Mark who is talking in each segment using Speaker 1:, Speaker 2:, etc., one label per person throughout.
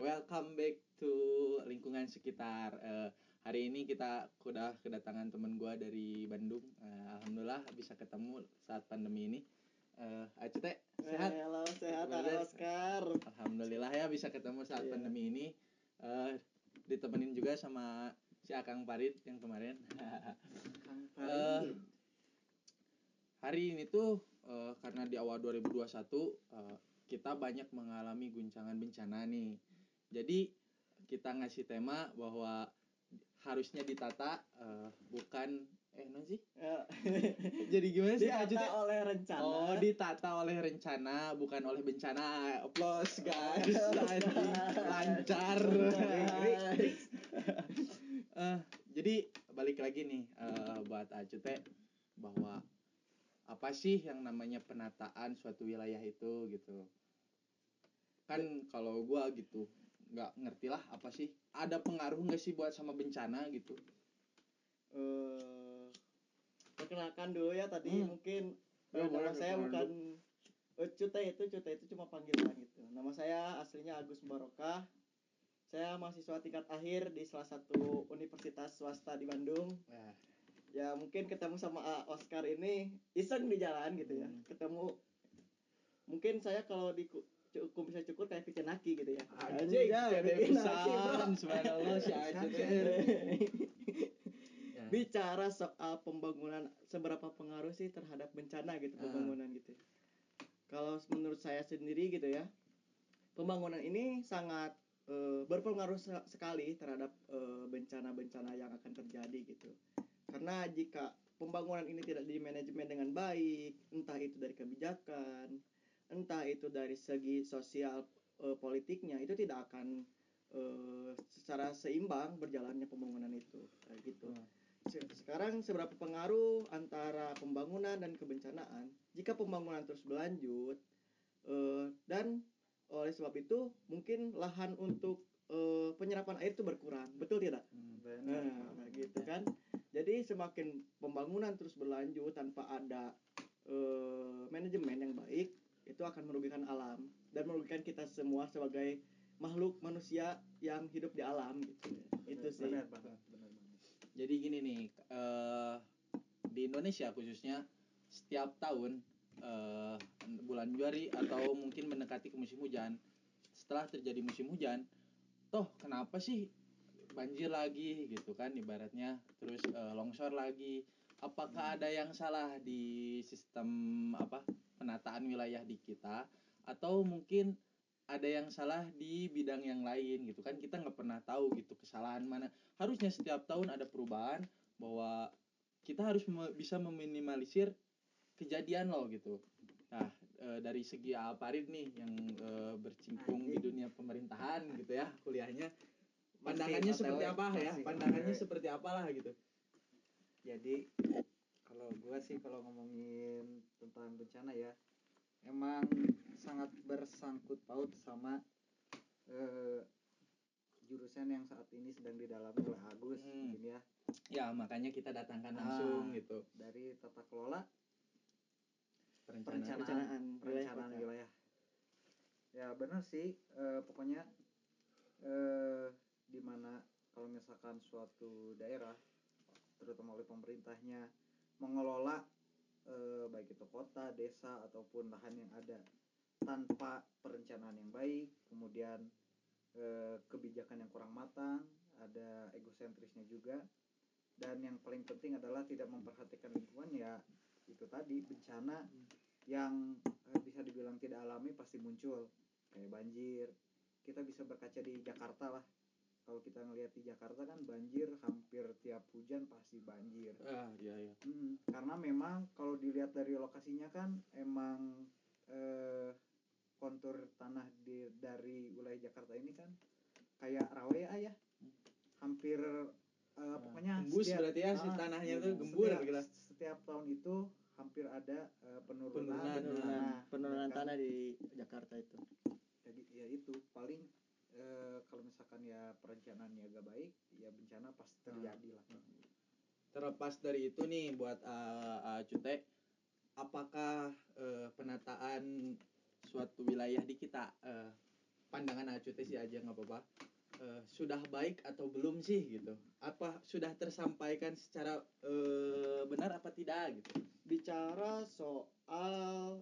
Speaker 1: welcome back to lingkungan sekitar. Hari ini kita udah kedatangan teman gue dari Bandung. Alhamdulillah bisa ketemu saat pandemi ini. Acu teh sehat?
Speaker 2: Halo, sehat Oscar.
Speaker 1: Alhamdulillah ya bisa ketemu saat pandemi ini. Ditemenin juga sama si Akang Parit yang kemarin.
Speaker 2: Kang Parit.
Speaker 1: Hari ini tuh karena di awal 2021 kita banyak mengalami guncangan bencana nih. Jadi kita ngasih tema bahwa harusnya ditata bukan sih? Jadi gimana sih?
Speaker 2: Ditata oleh rencana.
Speaker 1: Oh, ditata oleh rencana bukan oleh bencana. Applause guys. Lancar. Jadi balik lagi nih buat Acu teh bahwa apa sih yang namanya penataan suatu wilayah itu gitu. Kan kalau gue gitu nggak ngerti lah apa sih, ada pengaruh nggak sih buat sama bencana gitu.
Speaker 2: Perkenalkan dulu ya tadi mungkin nama saya bukan Cute itu cuma panggilan gitu. Nama saya aslinya Agus Barokah. Saya mahasiswa tingkat akhir di salah satu universitas swasta di Bandung. Ya mungkin ketemu sama Oscar ini iseng di jalan gitu ya. Ketemu mungkin saya kalau di bisa cukur kayak Picenaki gitu ya.
Speaker 1: Anjing, pede pisan, subhanallah si Acu teh.
Speaker 2: Bicara soal pembangunan, seberapa pengaruh sih terhadap bencana gitu pembangunan gitu. Kalau menurut saya sendiri gitu ya, pembangunan ini sangat berpengaruh sekali terhadap bencana-bencana yang akan terjadi gitu. Karena jika pembangunan ini tidak dimanajemen dengan baik, entah itu dari kebijakan, entah itu dari segi sosial politiknya, itu tidak akan secara seimbang berjalannya pembangunan itu kayak gitu. Sekarang seberapa pengaruh antara pembangunan dan kebencanaan? Jika pembangunan terus berlanjut dan oleh sebab itu mungkin lahan untuk penyerapan air itu berkurang, betul tidak? Benar. Gitu kan. Jadi semakin pembangunan terus berlanjut tanpa ada manajemen yang baik, itu akan merugikan alam dan merugikan kita semua sebagai makhluk manusia yang hidup di alam gitu. Itu sih.
Speaker 3: Benar banget.
Speaker 1: Jadi gini nih, di Indonesia khususnya setiap tahun bulan Januari atau mungkin mendekati ke musim hujan, setelah terjadi musim hujan, toh kenapa sih banjir lagi gitu kan ibaratnya, terus longsor lagi. Apakah ada yang salah di sistem penataan wilayah di kita, atau mungkin ada yang salah di bidang yang lain gitu kan, kita nggak pernah tahu gitu kesalahan mana. Harusnya setiap tahun ada perubahan bahwa kita harus bisa meminimalisir kejadian loh gitu. Nah dari segi Alparid nih yang bercimpung di dunia pemerintahan gitu ya kuliahnya, pandangannya seperti apa ya? Pandangannya seperti apalah gitu.
Speaker 3: Jadi kalau gue sih kalau ngomongin tentang bencana ya, emang sangat bersangkut paut sama jurusan yang saat ini sedang didalami oleh Agus mungkin ya.
Speaker 1: Ya makanya kita datangkan langsung gitu.
Speaker 3: Dari tata kelola
Speaker 1: perencanaan
Speaker 3: wilayah. Ya benar sih, pokoknya di mana kalau misalkan suatu daerah terutama oleh pemerintahnya mengelola baik itu kota, desa ataupun lahan yang ada tanpa perencanaan yang baik, kemudian kebijakan yang kurang matang, ada egosentrisnya juga, dan yang paling penting adalah tidak memperhatikan lingkungan, ya itu tadi bencana yang bisa dibilang tidak alami pasti muncul kayak banjir. Kita bisa berkaca di Jakarta lah. Kalau kita ngelihat di Jakarta kan banjir hampir tiap hujan pasti banjir.
Speaker 1: Iya.
Speaker 3: Karena memang kalau dilihat dari lokasinya kan emang kontur tanah dari wilayah Jakarta ini kan kayak rawa ya. Hampir pokoknya
Speaker 1: gembus berarti ya si tanahnya tuh gembur gitu.
Speaker 3: Setiap tahun itu hampir ada penurunan
Speaker 2: tanah di Jakarta itu.
Speaker 3: Jadi ya itu paling kalau misalkan ya perencanaannya agak baik, ya bencana pasti terjadi lah.
Speaker 1: Terlepas dari itu nih buat Cute, apakah penataan suatu wilayah di kita pandangan Acu teh sih aja nggak apa-apa. Sudah baik atau belum sih gitu? Apa sudah tersampaikan secara benar apa tidak gitu?
Speaker 2: Bicara soal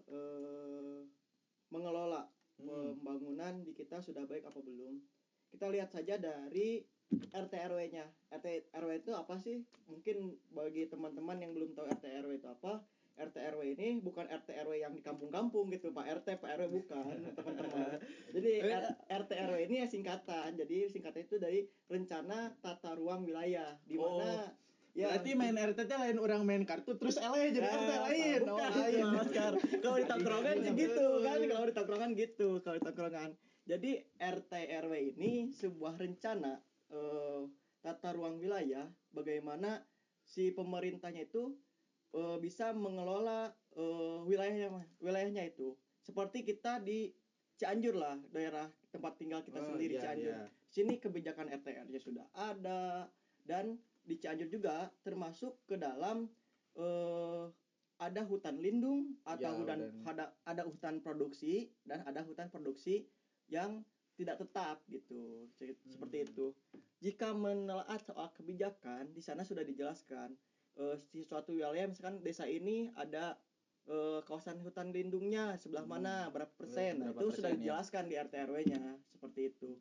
Speaker 2: mengelola pembangunan di kita sudah baik apa belum? Kita lihat saja dari RT RW-nya. RT RW itu apa sih? Mungkin bagi teman-teman yang belum tahu RT RW itu apa, RT RW ini bukan RT RW yang di kampung-kampung gitu, Pak RT, Pak RW bukan, teman-teman. Jadi RT RW ini ya singkatan. Jadi singkatan itu dari rencana tata ruang wilayah di mana
Speaker 1: ya, berarti main RT lain orang main kartu terus LE jadi RT lain.
Speaker 2: Bukan, lain Oscar. Kalau di tongkrongan sih gitu kan, kalau di tongkrongan gitu, kalau di tongkrongan. Jadi RT RW ini sebuah rencana tata ruang wilayah bagaimana si pemerintahnya itu bisa mengelola wilayahnya itu. Seperti kita di Cianjur lah, daerah tempat tinggal kita sendiri Cianjur. Sini kebijakan RT-nya sudah ada dan di Cianjur juga termasuk ke dalam ada hutan lindung atau ada hutan produksi dan ada hutan produksi yang tidak tetap gitu. Seperti itu. Jika menelaah soal kebijakan, di sana sudah dijelaskan di suatu wilayah misalkan desa ini ada kawasan hutan lindungnya sebelah mana berapa persen. Nah, itu sudah dijelaskan di RT RW-nya seperti itu.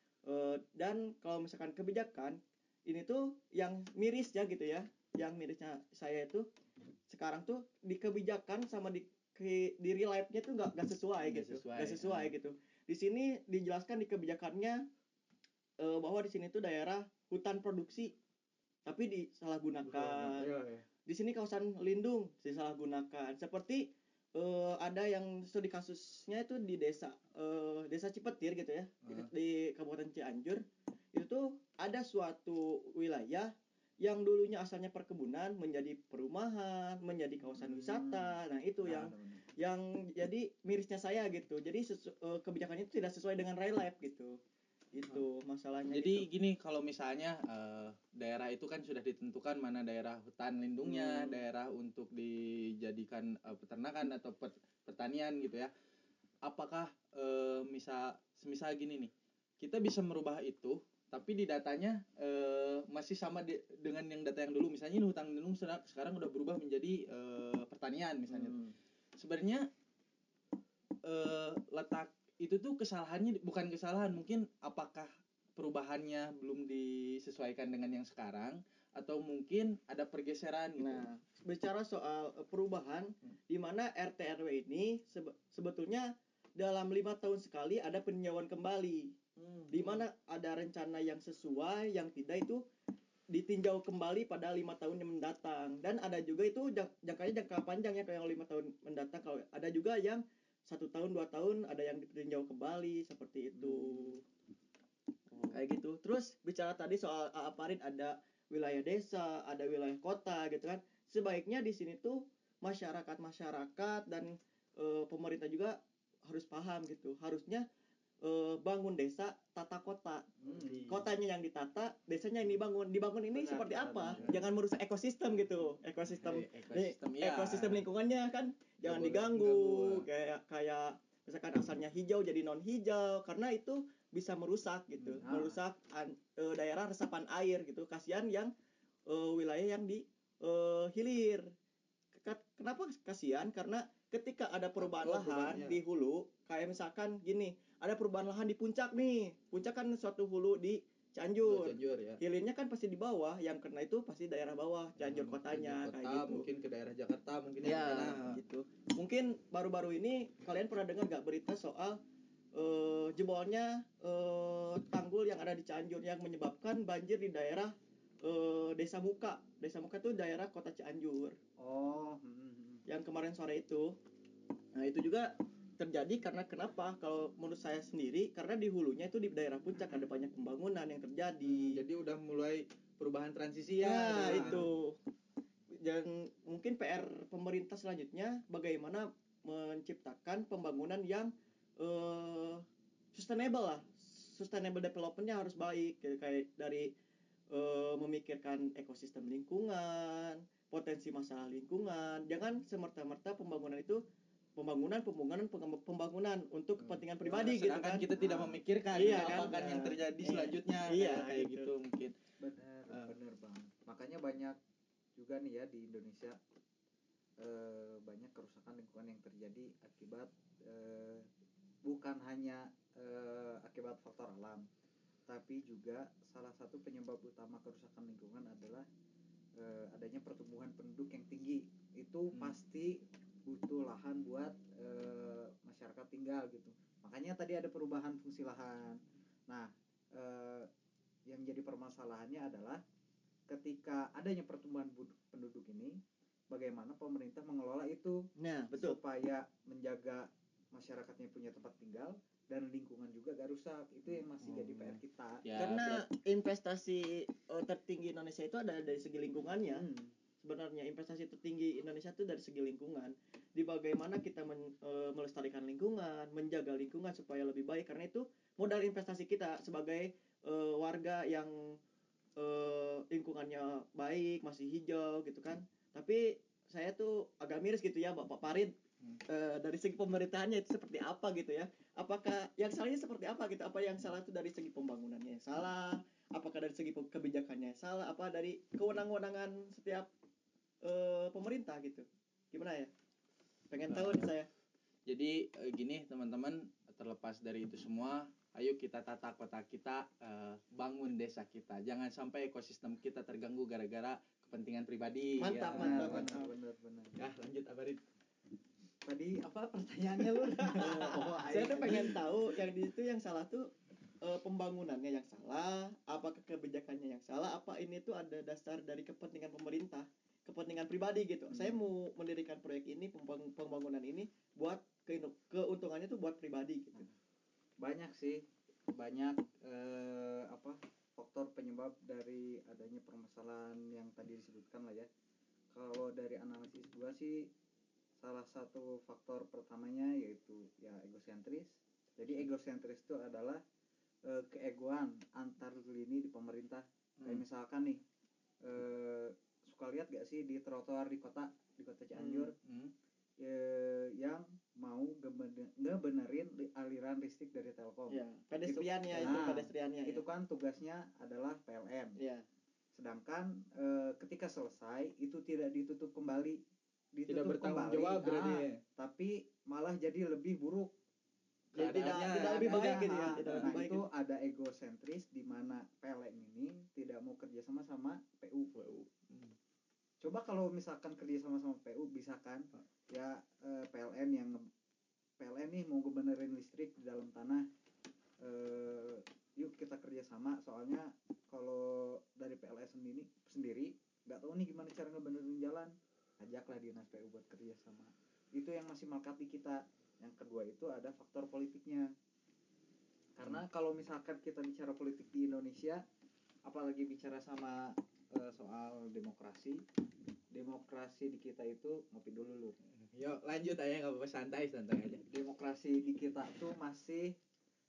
Speaker 2: Dan kalau misalkan kebijakan ini tuh yang mirisnya gitu ya, yang mirisnya saya itu sekarang tuh di kebijakan sama di real life-nya tuh nggak sesuai gitu. Di sini dijelaskan di kebijakannya bahwa di sini tuh daerah hutan produksi tapi disalahgunakan. Di sini kawasan lindung disalahgunakan. Seperti ada yang studi kasusnya itu di desa Cipetir gitu ya, di Kabupaten Cianjur. Itu tuh ada suatu wilayah yang dulunya asalnya perkebunan menjadi perumahan, menjadi kawasan wisata. Nah, itu yang jadi mirisnya saya gitu. Jadi kebijakannya itu tidak sesuai dengan real life gitu. Itu masalahnya.
Speaker 1: Jadi gitu. Gini, kalau misalnya daerah itu kan sudah ditentukan mana daerah hutan lindungnya, daerah untuk dijadikan peternakan atau pertanian gitu ya. Apakah misal gini nih, kita bisa merubah itu, tapi di datanya masih sama dengan yang data yang dulu. Misalnya ini hutan lindung sekarang udah berubah menjadi pertanian misalnya. Sebenarnya letak itu tuh kesalahannya bukan kesalahan, mungkin apakah perubahannya belum disesuaikan dengan yang sekarang atau mungkin ada pergeseran gitu.
Speaker 2: Nah, bicara soal perubahan di mana RT RW ini sebetulnya dalam 5 tahun sekali ada peninjauan kembali. Di mana ada rencana yang sesuai, yang tidak itu ditinjau kembali pada 5 tahun yang mendatang. Dan ada juga itu jangka panjangnya kayak yang 5 tahun mendatang. Kalau ada juga yang 1 tahun 2 tahun ada yang ditinjau kembali seperti itu. Kayak gitu. Terus bicara tadi soal Aparin ada wilayah desa, ada wilayah kota gitu kan. Sebaiknya di sini tuh masyarakat dan pemerintah juga harus paham gitu. Harusnya bangun desa, tata kota. Kotanya yang ditata, desanya yang dibangun. Dibangun ini seperti apa? Jangan merusak ekosistem gitu. Ekosistem lingkungannya kan jangan diganggu. Kayak misalkan asalnya hijau jadi non hijau, karena itu bisa merusak gitu. Merusak daerah resapan air gitu. Kasihan yang wilayah yang di hilir. Kenapa kasihan? Karena ketika ada perubahan lahan di hulu, kayak misalkan gini, ada perubahan lahan di puncak nih. Puncak kan suatu hulu di Cianjur.
Speaker 1: Ya.
Speaker 2: Hilirnya kan pasti di bawah, yang kena itu pasti daerah bawah, Cianjur kotanya kayak gitu.
Speaker 1: Mungkin ke daerah Jakarta mungkin
Speaker 2: ya gitu. Mungkin baru-baru ini kalian pernah dengar gak berita soal jebolnya tanggul yang ada di Cianjur yang menyebabkan banjir di daerah Desa Muka. Desa Muka itu daerah kota Cianjur. Yang kemarin sore itu. Nah, itu juga terjadi karena kenapa? Kalau menurut saya sendiri, karena di hulunya itu di daerah puncak ada banyak pembangunan yang terjadi.
Speaker 1: Jadi udah mulai perubahan transisi ya.
Speaker 2: Nah, itu. Dan mungkin PR pemerintah selanjutnya bagaimana menciptakan pembangunan yang sustainable lah. Sustainable development-nya harus baik, kayak dari memikirkan ekosistem lingkungan, potensi masalah lingkungan. Jangan semerta-merta pembangunan itu pembangunan untuk kepentingan pribadi gitu
Speaker 1: sedangkan
Speaker 2: kan.
Speaker 1: kita tidak memikirkan
Speaker 2: Iya
Speaker 1: apa
Speaker 2: kan,
Speaker 1: kan yang terjadi
Speaker 2: Iya.
Speaker 1: selanjutnya
Speaker 2: Iya,
Speaker 1: kayak
Speaker 2: gitu.
Speaker 1: gitu mungkin.
Speaker 3: Benar banget. Makanya banyak juga nih ya di Indonesia banyak kerusakan lingkungan yang terjadi akibat bukan hanya akibat faktor alam, tapi juga salah satu penyebab utama kerusakan lingkungan adalah adanya pertumbuhan penduduk yang tinggi. Itu pasti butuh lahan buat masyarakat tinggal gitu. Makanya tadi ada perubahan fungsi lahan. Nah, yang jadi permasalahannya adalah ketika adanya pertumbuhan penduduk ini, bagaimana pemerintah mengelola itu supaya menjaga masyarakatnya punya tempat tinggal dan lingkungan juga gak rusak. Itu yang masih jadi PR kita.
Speaker 2: Karena investasi tertinggi Indonesia itu ada dari segi lingkungannya. Sebenarnya investasi tertinggi Indonesia itu dari segi lingkungan. Di bagaimana kita melestarikan lingkungan, menjaga lingkungan supaya lebih baik. Karena itu modal investasi kita sebagai warga yang lingkungannya baik, masih hijau gitu kan. Tapi saya tuh agak miris gitu ya Bapak Farid, dari segi pemerintahannya itu seperti apa gitu ya. Apakah yang salahnya seperti apa gitu? Apa yang salah itu dari segi pembangunannya yang salah? Apakah dari segi kebijakannya yang salah? Apa dari kewenangan-kewenangan setiap pemerintah gitu? Gimana ya? Pengen tahu nih saya.
Speaker 1: Jadi gini teman-teman, terlepas dari itu semua, ayo kita tata kota kita, bangun desa kita. Jangan sampai ekosistem kita terganggu gara-gara kepentingan pribadi.
Speaker 2: Mantap.
Speaker 3: Benar.
Speaker 1: Ya, lanjut Abarit.
Speaker 3: Tadi apa pertanyaannya lu?
Speaker 2: Saya tuh pengen tahu yang di situ yang salah tuh pembangunannya yang salah, apakah kebijakannya yang salah, apa ini tuh ada dasar dari kepentingan pemerintah, kepentingan pribadi gitu. Saya mau mendirikan proyek ini, pembangunan ini buat keuntungannya tuh buat pribadi gitu.
Speaker 3: Banyak sih, faktor penyebab dari adanya permasalahan yang tadi disebutkan lah ya. Kalau dari analisis gua sih, salah satu faktor pertamanya yaitu ya egosentris. Jadi egosentris itu adalah keegoan antar lini di pemerintah. Kayak misalkan nih, suka lihat gak sih di trotoar di kota Cianjur, yang mau ngebenerin aliran listrik dari Telkom.
Speaker 2: Ya, pedestriannya
Speaker 3: itu kan tugasnya adalah PLN.
Speaker 2: Ya.
Speaker 3: Sedangkan ketika selesai itu tidak ditutup kembali,
Speaker 1: tidak bertanggung jawab berarti.
Speaker 3: Tapi malah jadi lebih buruk.
Speaker 2: Jadi tidak lebih baik gitu ya.
Speaker 3: Itu ada egosentris di mana PLN ini tidak mau kerjasama sama PU. Coba kalau misalkan kerjasama sama PU bisa kan? Ya PLN nih mau benerin listrik di dalam tanah. Yuk kita kerjasama. Soalnya kalau dari PLN sendiri nggak tahu nih gimana cara ngebenerin jalan. Ajaklah dinas PU buat kerjasama. Itu yang masih melekat di kita. Yang kedua itu ada faktor politiknya. Karena kalau misalkan kita bicara politik di Indonesia, apalagi bicara sama soal demokrasi di kita itu, ngopi dulu Lur.
Speaker 1: Yuk lanjut aja, nggak apa-apa, santai aja.
Speaker 3: Demokrasi di kita tuh masih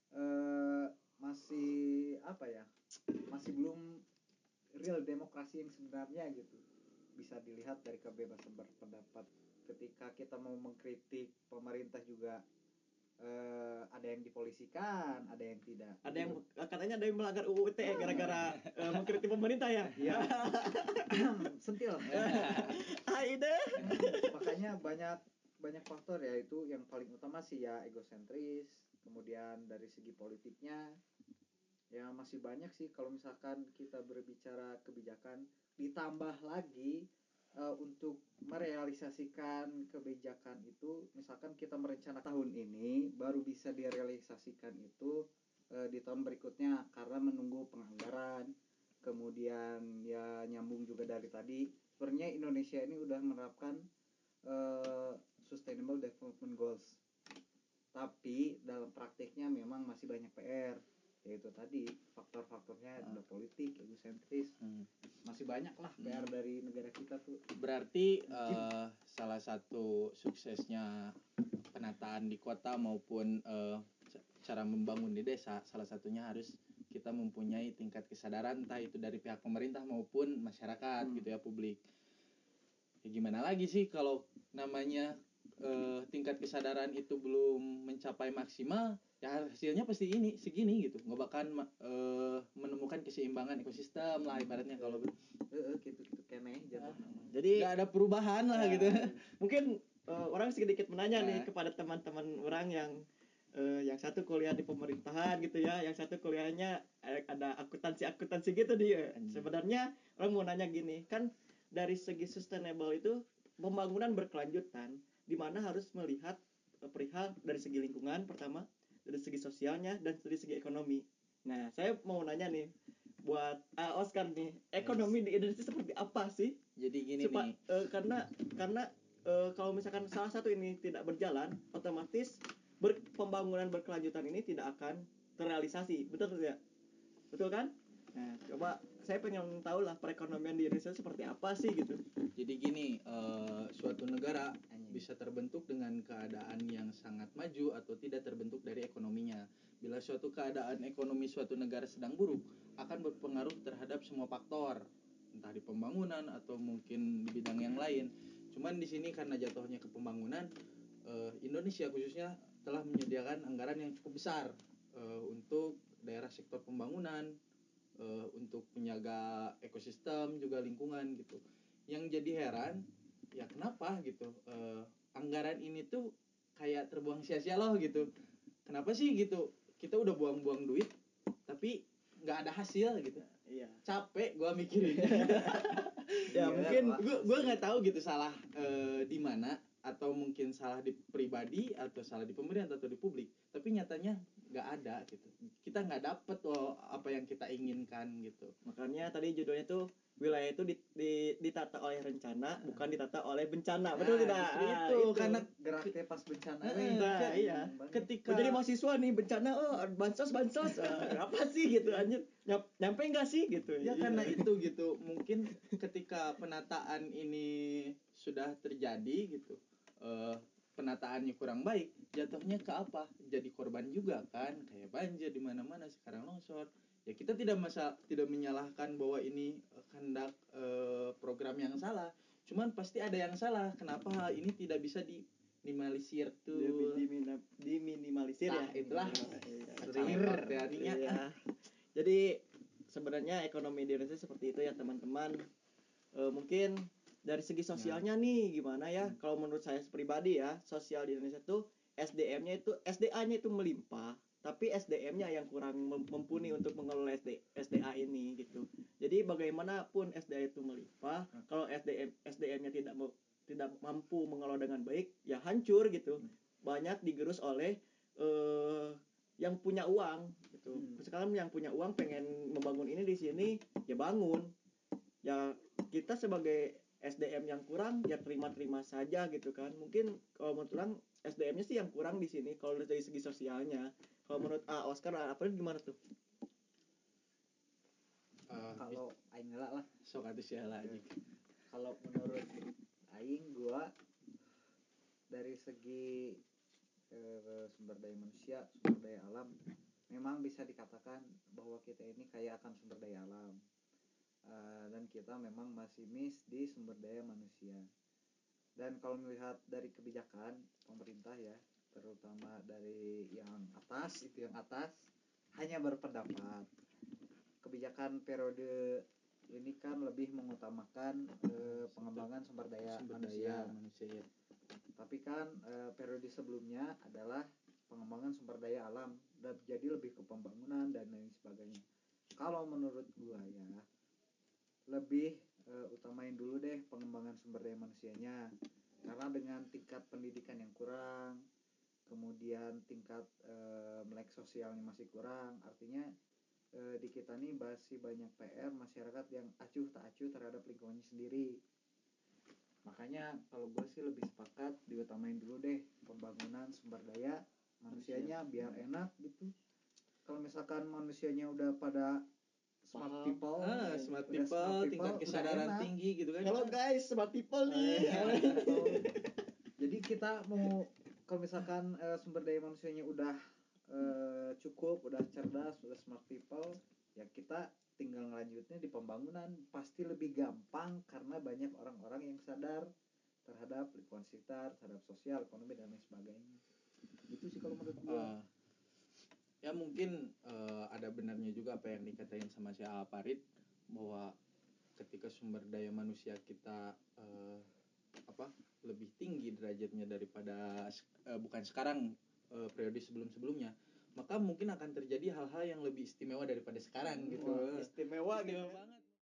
Speaker 3: masih belum real demokrasi yang sebenarnya gitu. Bisa dilihat dari kebebasan berpendapat. Ketika kita mau mengkritik pemerintah juga ada yang dipolisikan, ada yang tidak.
Speaker 2: Ada yang katanya ada yang melanggar UU ITE gara-gara mengkritik pemerintah ya.
Speaker 3: Iya. Sentil.
Speaker 2: Ide.
Speaker 3: Makanya banyak faktor ya, itu yang paling utama sih ya egosentris. Kemudian dari segi politiknya ya masih banyak sih kalau misalkan kita berbicara kebijakan, ditambah lagi untuk merealisasikan kebijakan itu, misalkan kita merencanakan tahun ini baru bisa direalisasikan itu di tahun berikutnya karena menunggu penganggaran. Kemudian ya nyambung juga dari tadi, sebenarnya Indonesia ini udah menerapkan Sustainable Development Goals, tapi dalam praktiknya memang masih banyak PR, yaitu tadi faktor-faktornya ada politik, egosentris, masih banyak lah PR dari negara kita tuh.
Speaker 1: Berarti salah satu suksesnya penataan di kota maupun cara membangun di desa, salah satunya harus kita mempunyai tingkat kesadaran, entah itu dari pihak pemerintah maupun masyarakat gitu ya, publik. Ya gimana lagi sih kalau namanya tingkat kesadaran itu belum mencapai maksimal, ya hasilnya pasti ini segini gitu, nggak bakal menemukan keseimbangan ekosistem lah ibaratnya kalau
Speaker 3: gitu keneh jatuhnya.
Speaker 2: Jadi
Speaker 1: nggak ada perubahan lah
Speaker 2: ya,
Speaker 1: gitu.
Speaker 2: mungkin orang sedikit menanya nih
Speaker 1: Nah.
Speaker 2: kepada teman-teman orang yang satu kuliah di pemerintahan gitu ya, yang satu kuliahnya ada akuntansi gitu dia. Sebenarnya orang mau nanya gini, kan dari segi sustainable itu pembangunan berkelanjutan, di mana harus melihat perihal dari segi lingkungan pertama, dari segi sosialnya dan dari segi ekonomi. Nah, saya mau nanya nih buat Oscar nih, ekonomi di Indonesia seperti apa sih?
Speaker 1: Jadi gini nih.
Speaker 2: Karena kalau misalkan salah satu ini tidak berjalan, otomatis pembangunan berkelanjutan ini tidak akan terrealisasi, betul tidak? Betul kan? Nah, coba saya pengen tahu lah perekonomian di Indonesia seperti apa sih gitu.
Speaker 1: Jadi gini, suatu negara bisa terbentuk dengan keadaan yang sangat maju atau tidak terbentuk dari ekonominya. Bila suatu keadaan ekonomi suatu negara sedang buruk, akan berpengaruh terhadap semua faktor, entah di pembangunan atau mungkin di bidang yang lain. Cuman di sini karena jatuhnya ke pembangunan, Indonesia khususnya telah menyediakan anggaran yang cukup besar untuk daerah sektor pembangunan, untuk menjaga ekosistem juga lingkungan gitu. Yang jadi heran ya kenapa gitu, anggaran ini tuh kayak terbuang sia-sia loh gitu. Kenapa sih gitu, kita udah buang-buang duit tapi nggak ada hasil gitu.
Speaker 2: Iya.
Speaker 1: Capek gua mikirin.
Speaker 2: Ya mungkin
Speaker 1: gua nggak tahu gitu salah di mana, atau mungkin salah di pribadi atau salah di pemerintah atau di publik, tapi nyatanya nggak ada gitu, kita nggak dapet loh apa yang kita inginkan gitu.
Speaker 2: Makanya tadi judulnya tuh wilayah itu ditata oleh rencana, bukan ditata oleh bencana. Betul tidak?
Speaker 1: Justru itu. Karena
Speaker 3: geraknya pas bencana
Speaker 2: Nah, iya.
Speaker 1: ketika
Speaker 2: jadi mahasiswa nih bencana, bansos apa sih gitu anjir, nyampe nggak sih gitu
Speaker 1: ya
Speaker 2: iya.
Speaker 1: karena itu gitu, mungkin ketika penataan ini sudah terjadi gitu, penataannya kurang baik, jatuhnya ke apa, jadi korban juga kan, kayak banjir di mana-mana sekarang, longsor. Ya kita tidak menyalahkan bahwa ini kehendak program yang salah, cuman pasti ada yang salah, kenapa hal ini tidak bisa diminimalisir tuh.
Speaker 2: Diminimalisir
Speaker 1: Nah,
Speaker 2: ya
Speaker 1: itulah
Speaker 2: sering
Speaker 1: teorinya.
Speaker 2: iya. Jadi sebenarnya ekonomi di Indonesia seperti itu ya teman-teman. Mungkin dari segi sosialnya nih gimana ya, kalau menurut saya pribadi ya, sosial di Indonesia tuh SDA-nya itu melimpah, tapi SDM-nya yang kurang mumpuni untuk mengelola SDA ini gitu. Jadi bagaimanapun SDA itu melimpah, kalau SDM-nya tidak mampu mengelola dengan baik, ya hancur gitu. Banyak digerus oleh yang punya uang gitu. Sekarang yang punya uang pengen membangun ini di sini, ya bangun. Ya kita sebagai SDM yang kurang ya terima-terima saja gitu kan. Mungkin kalau menurut orang SDM-nya sih yang kurang di sini kalau dari segi sosialnya. Kalau menurut Oscar apa gimana tuh?
Speaker 3: Kalau aing lah
Speaker 1: sok atuh sih aja.
Speaker 3: Kalau menurut aing gua dari segi sumber daya manusia, sumber daya alam, memang bisa dikatakan bahwa kita ini kaya akan sumber daya alam. Dan kita memang masih miss di sumber daya manusia. Dan kalau melihat dari kebijakan pemerintah ya, terutama dari yang atas hanya berpendapat kebijakan periode ini kan lebih mengutamakan pengembangan sumber daya manusia
Speaker 1: ya.
Speaker 3: Tapi kan periode sebelumnya adalah pengembangan sumber daya alam dan jadi lebih ke pembangunan dan lain sebagainya. Kalau menurut gua ya lebih utamain dulu deh pengembangan sumber daya manusianya, karena dengan tingkat pendidikan yang kurang, kemudian tingkat melek sosialnya masih kurang, artinya di kita nih masih banyak PR masyarakat yang acuh tak acuh terhadap lingkungannya sendiri. Makanya kalau gue sih lebih sepakat diutamain dulu deh pembangunan sumber daya manusianya biar enak gitu. Kalau misalkan manusianya udah pada smart people,
Speaker 1: tingkat kesadaran tinggi gitu kan.
Speaker 2: Halo guys, smart people nih.
Speaker 3: Jadi kita mau kalau misalkan sumber daya manusianya udah cukup, udah cerdas, udah smart people, ya kita tinggal ngelanjutnya di pembangunan pasti lebih gampang karena banyak orang-orang yang sadar terhadap lingkungan sekitar, terhadap sosial, ekonomi dan lain sebagainya. Gitu sih kalau menurut gue.
Speaker 1: Ya mungkin ada benarnya juga apa yang dikatain sama si Aparit, bahwa ketika sumber daya manusia kita lebih tinggi derajatnya daripada bukan sekarang, periode sebelum-sebelumnya, maka mungkin akan terjadi hal-hal yang lebih istimewa daripada sekarang gitu.
Speaker 2: Wah, istimewa gitu.
Speaker 1: Istimewa banget.